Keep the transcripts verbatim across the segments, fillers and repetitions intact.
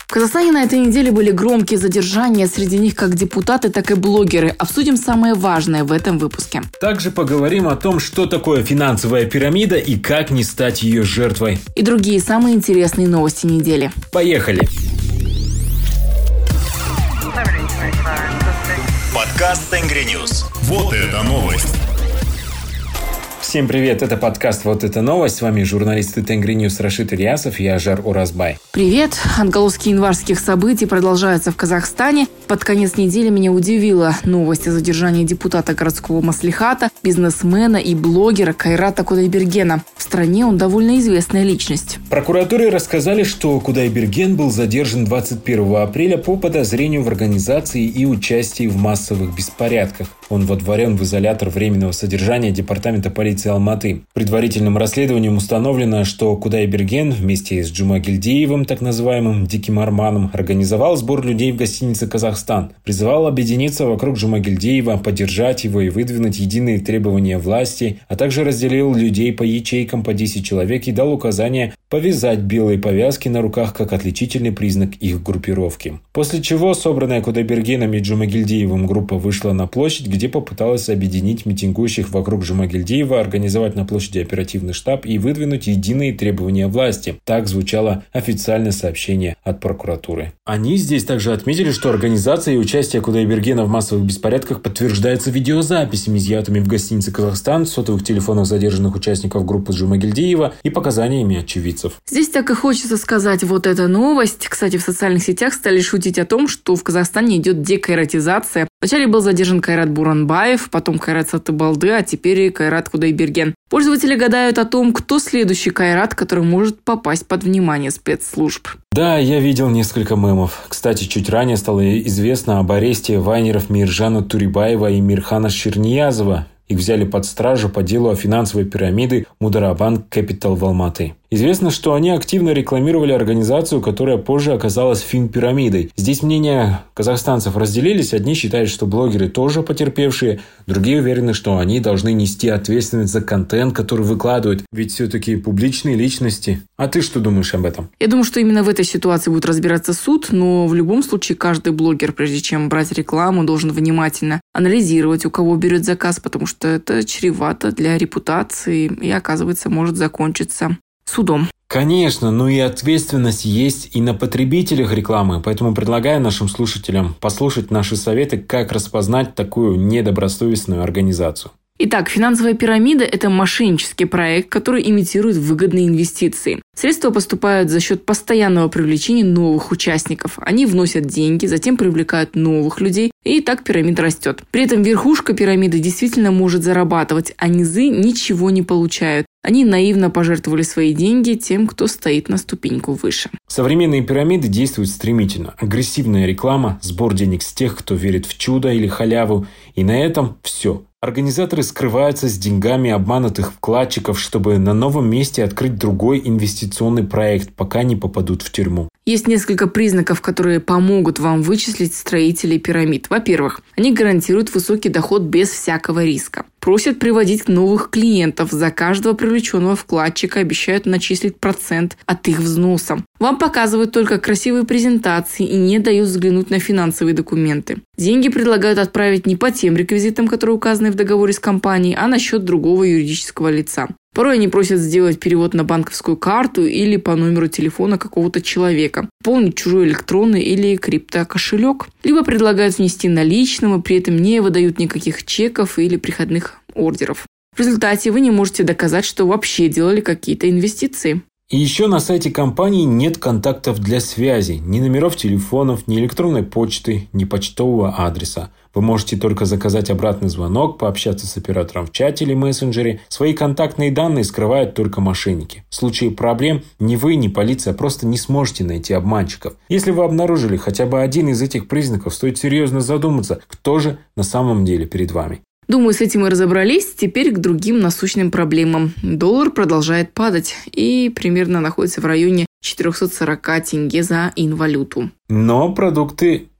В Казахстане на этой неделе были громкие задержания, среди них как депутаты, так и блогеры. Обсудим самое важное в этом выпуске. Также поговорим о том, что такое финансовая пирамида и как не стать ее жертвой. И другие самые интересные новости недели. Поехали! Подкаст Тенгри Ньюс. Вот это новость. Всем привет, это подкаст «Вот это новость». С вами журналисты Тенгри Ньюс Рашид Ильясов и Ажар Уразбай. Привет! Отголоски январских событий продолжаются в Казахстане. Под конец недели меня удивила новость о задержании депутата городского маслихата, бизнесмена и блогера Кайрата Кудайбергена. В стране он довольно известная личность. Прокуратуре рассказали, что Кудайберген был задержан двадцать первого апреля по подозрению в организации и участии в массовых беспорядках. Он водворен в изолятор временного содержания департамента полиции Алматы. Предварительным расследованием установлено, что Кудайберген вместе с Джумагильдиевым, так называемым Диким Арманом, организовал сбор людей в гостинице «Казахстан». Призывал объединиться вокруг Джумагильдиева, поддержать его и выдвинуть единые требования власти, а также разделил людей по ячейкам по десять человек и дал указание повязать белые повязки на руках как отличительный признак их группировки. После чего собранная Кудайбергеном и Джумагильдиевым группа вышла на площадь, где попыталась объединить митингующих вокруг Джумагильдиева, организовать на площади оперативный штаб и выдвинуть единые требования власти. Так звучало официальное сообщение от прокуратуры. Они здесь также отметили, что организация и участие Кудайбергена в массовых беспорядках подтверждается видеозаписями, изъятыми в гостинице «Казахстан», сотовых телефонов задержанных участников группы Джумагильдиева и показаниями очевидцев. Здесь так и хочется сказать «вот эта новость». Кстати, в социальных сетях стали шутить о том, что в Казахстане идет декайратизация. Вначале был задержан Кайрат Буранбаев, потом Кайрат Сатыбалды, а теперь и Кайрат Кудайберген. Пользователи гадают о том, кто следующий Кайрат, который может попасть под внимание спецслужб. Да, я видел несколько мемов. Кстати, чуть ранее стало известно об аресте вайнеров Миржана Турибаева и Мирхана Ширниязова. Их взяли под стражу по делу о финансовой пирамиде Мударабанк Capital в Алматы. Известно, что они активно рекламировали организацию, которая позже оказалась финпирамидой. Здесь мнения казахстанцев разделились. Одни считают, что блогеры тоже потерпевшие, другие уверены, что они должны нести ответственность за контент, который выкладывают. Ведь все-таки публичные личности. А ты что думаешь об этом? Я думаю, что именно в этой ситуации будет разбираться суд, но в любом случае каждый блогер, прежде чем брать рекламу, должен внимательно анализировать, у кого берет заказ, потому что это чревато для репутации и, оказывается, может закончиться судом. Конечно, но и ответственность есть и на потребителях рекламы, поэтому предлагаю нашим слушателям послушать наши советы, как распознать такую недобросовестную организацию. Итак, финансовая пирамида – это мошеннический проект, который имитирует выгодные инвестиции. Средства поступают за счет постоянного привлечения новых участников. Они вносят деньги, затем привлекают новых людей, и так пирамида растет. При этом верхушка пирамиды действительно может зарабатывать, а низы ничего не получают. Они наивно пожертвовали свои деньги тем, кто стоит на ступеньку выше. Современные пирамиды действуют стремительно. Агрессивная реклама, сбор денег с тех, кто верит в чудо или халяву. И на этом все. Организаторы скрываются с деньгами обманутых вкладчиков, чтобы на новом месте открыть другой инвестиционный проект, пока не попадут в тюрьму. Есть несколько признаков, которые помогут вам вычислить строителей пирамид. Во-первых, они гарантируют высокий доход без всякого риска. Просят приводить новых клиентов. За каждого привлеченного вкладчика обещают начислить процент от их взноса. Вам показывают только красивые презентации и не дают взглянуть на финансовые документы. Деньги предлагают отправить не по тем реквизитам, которые указаны в договоре с компанией, а на счет другого юридического лица. Порой они просят сделать перевод на банковскую карту или по номеру телефона какого-то человека, пополнить чужой электронный или криптокошелек, либо предлагают внести наличным и при этом не выдают никаких чеков или приходных ордеров. В результате вы не можете доказать, что вообще делали какие-то инвестиции. И еще на сайте компании нет контактов для связи, ни номеров телефонов, ни электронной почты, ни почтового адреса. Вы можете только заказать обратный звонок, пообщаться с оператором в чате или мессенджере. Свои контактные данные скрывают только мошенники. В случае проблем ни вы, ни полиция просто не сможете найти обманщиков. Если вы обнаружили хотя бы один из этих признаков, стоит серьезно задуматься, кто же на самом деле перед вами. Думаю, с этим мы разобрались. Теперь к другим насущным проблемам. Доллар продолжает падать и примерно находится в районе четыреста сорок тенге за инвалюту. Но продукты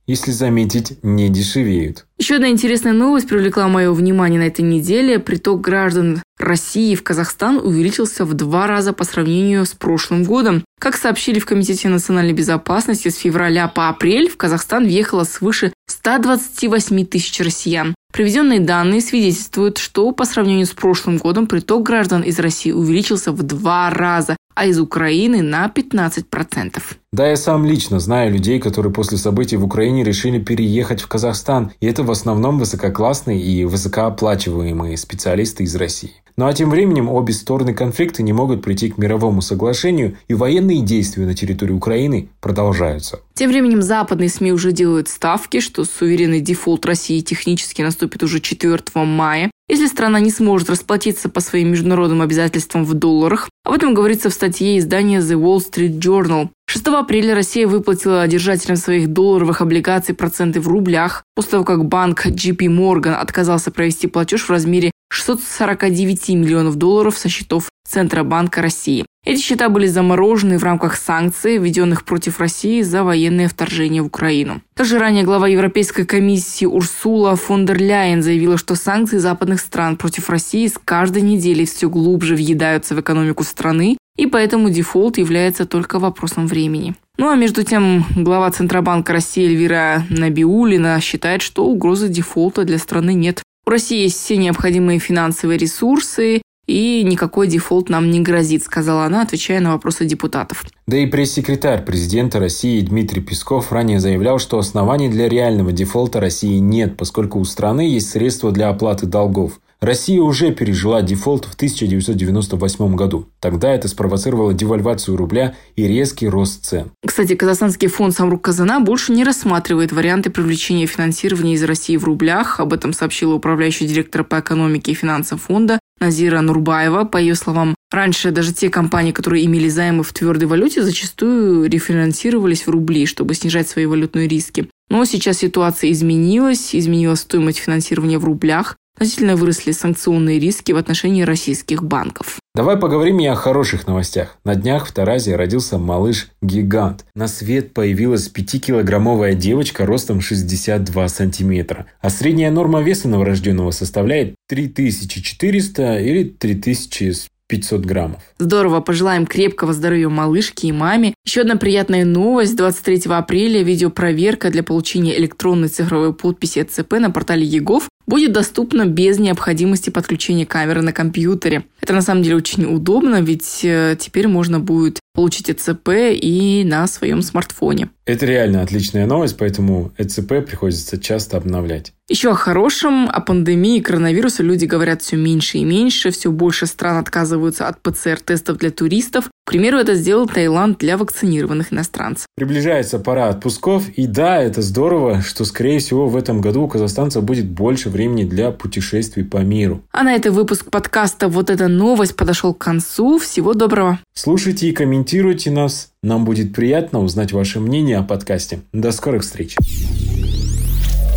если заметить, не дешевеют. Еще одна интересная новость привлекла мое внимание на этой неделе. Приток граждан России в Казахстан увеличился в два раза по сравнению с прошлым годом. Как сообщили в Комитете национальной безопасности, с февраля по апрель в Казахстан въехало свыше ста двадцати восьми тысяч россиян. Приведенные данные свидетельствуют, что по сравнению с прошлым годом приток граждан из России увеличился в два раза, а из Украины на пятнадцать процентов. Да, я сам лично знаю людей, которые после событий в Украине решили переехать в Казахстан. И это в основном высококлассные и высокооплачиваемые специалисты из России. Ну а тем временем обе стороны конфликта не могут прийти к мировому соглашению, и военные действия на территории Украины продолжаются. Тем временем западные СМИ уже делают ставки, что суверенный дефолт России технически наступит уже четвёртого мая, если страна не сможет расплатиться по своим международным обязательствам в долларах. Об этом говорится в статье издания The Wall Street Journal. шестого апреля Россия выплатила держателям своих долларовых облигаций проценты в рублях, после того, как банк джей пи Morgan отказался провести платеж в размере шестисот сорока девяти миллионов долларов со счетов Центробанка России. Эти счета были заморожены в рамках санкций, введенных против России за военное вторжение в Украину. Также ранее глава Европейской комиссии Урсула фон дер Ляйен заявила, что санкции западных стран против России с каждой неделей все глубже въедаются в экономику страны, и поэтому дефолт является только вопросом времени. Ну а между тем, глава Центробанка России Эльвира Набиуллина считает, что угрозы дефолта для страны нет. У России есть все необходимые финансовые ресурсы, и никакой дефолт нам не грозит, сказала она, отвечая на вопросы депутатов. Да и пресс-секретарь президента России Дмитрий Песков ранее заявлял, что оснований для реального дефолта России нет, поскольку у страны есть средства для оплаты долгов. Россия уже пережила дефолт в тысяча девятьсот девяносто восьмом году. Тогда это спровоцировало девальвацию рубля и резкий рост цен. Кстати, казахстанский фонд «Самрук-Казана» больше не рассматривает варианты привлечения финансирования из России в рублях. Об этом сообщила управляющий директор по экономике и финансам фонда Назира Нурбаева. По ее словам, раньше даже те компании, которые имели займы в твердой валюте, зачастую рефинансировались в рубли, чтобы снижать свои валютные риски. Но сейчас ситуация изменилась, изменилась стоимость финансирования в рублях. Значительно выросли санкционные риски в отношении российских банков. Давай поговорим и о хороших новостях. На днях в Таразе родился малыш-гигант. На свет появилась пятикилограммовая девочка ростом шестьдесят два сантиметра. А средняя норма веса новорожденного составляет три тысячи четыреста или три тысячи пятьсот граммов. Здорово, пожелаем крепкого здоровья малышке и маме. Еще одна приятная новость. двадцать третьего апреля видеопроверка для получения электронной цифровой подписи ЭЦП на портале ЕГОВ будет доступна без необходимости подключения камеры на компьютере. Это на самом деле очень удобно, ведь теперь можно будет получить ЭЦП и на своем смартфоне. Это реально отличная новость, поэтому ЭЦП приходится часто обновлять. Еще о хорошем. О пандемии коронавируса люди говорят все меньше и меньше. Все больше стран отказываются от ПЦР-тестов для туристов. К примеру, это сделал Таиланд для вакцинированных иностранцев. Приближается пора отпусков. И да, это здорово, что, скорее всего, в этом году у казахстанцев будет больше времени для путешествий по миру. А на этом выпуск подкаста «Вот эта новость» подошел к концу. Всего доброго. Слушайте и комментируйте нас. Нам будет приятно узнать ваше мнение о подкасте. До скорых встреч.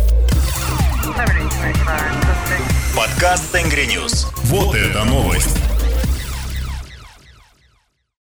Подкаст Тенгри Ньюс. Вот это новость.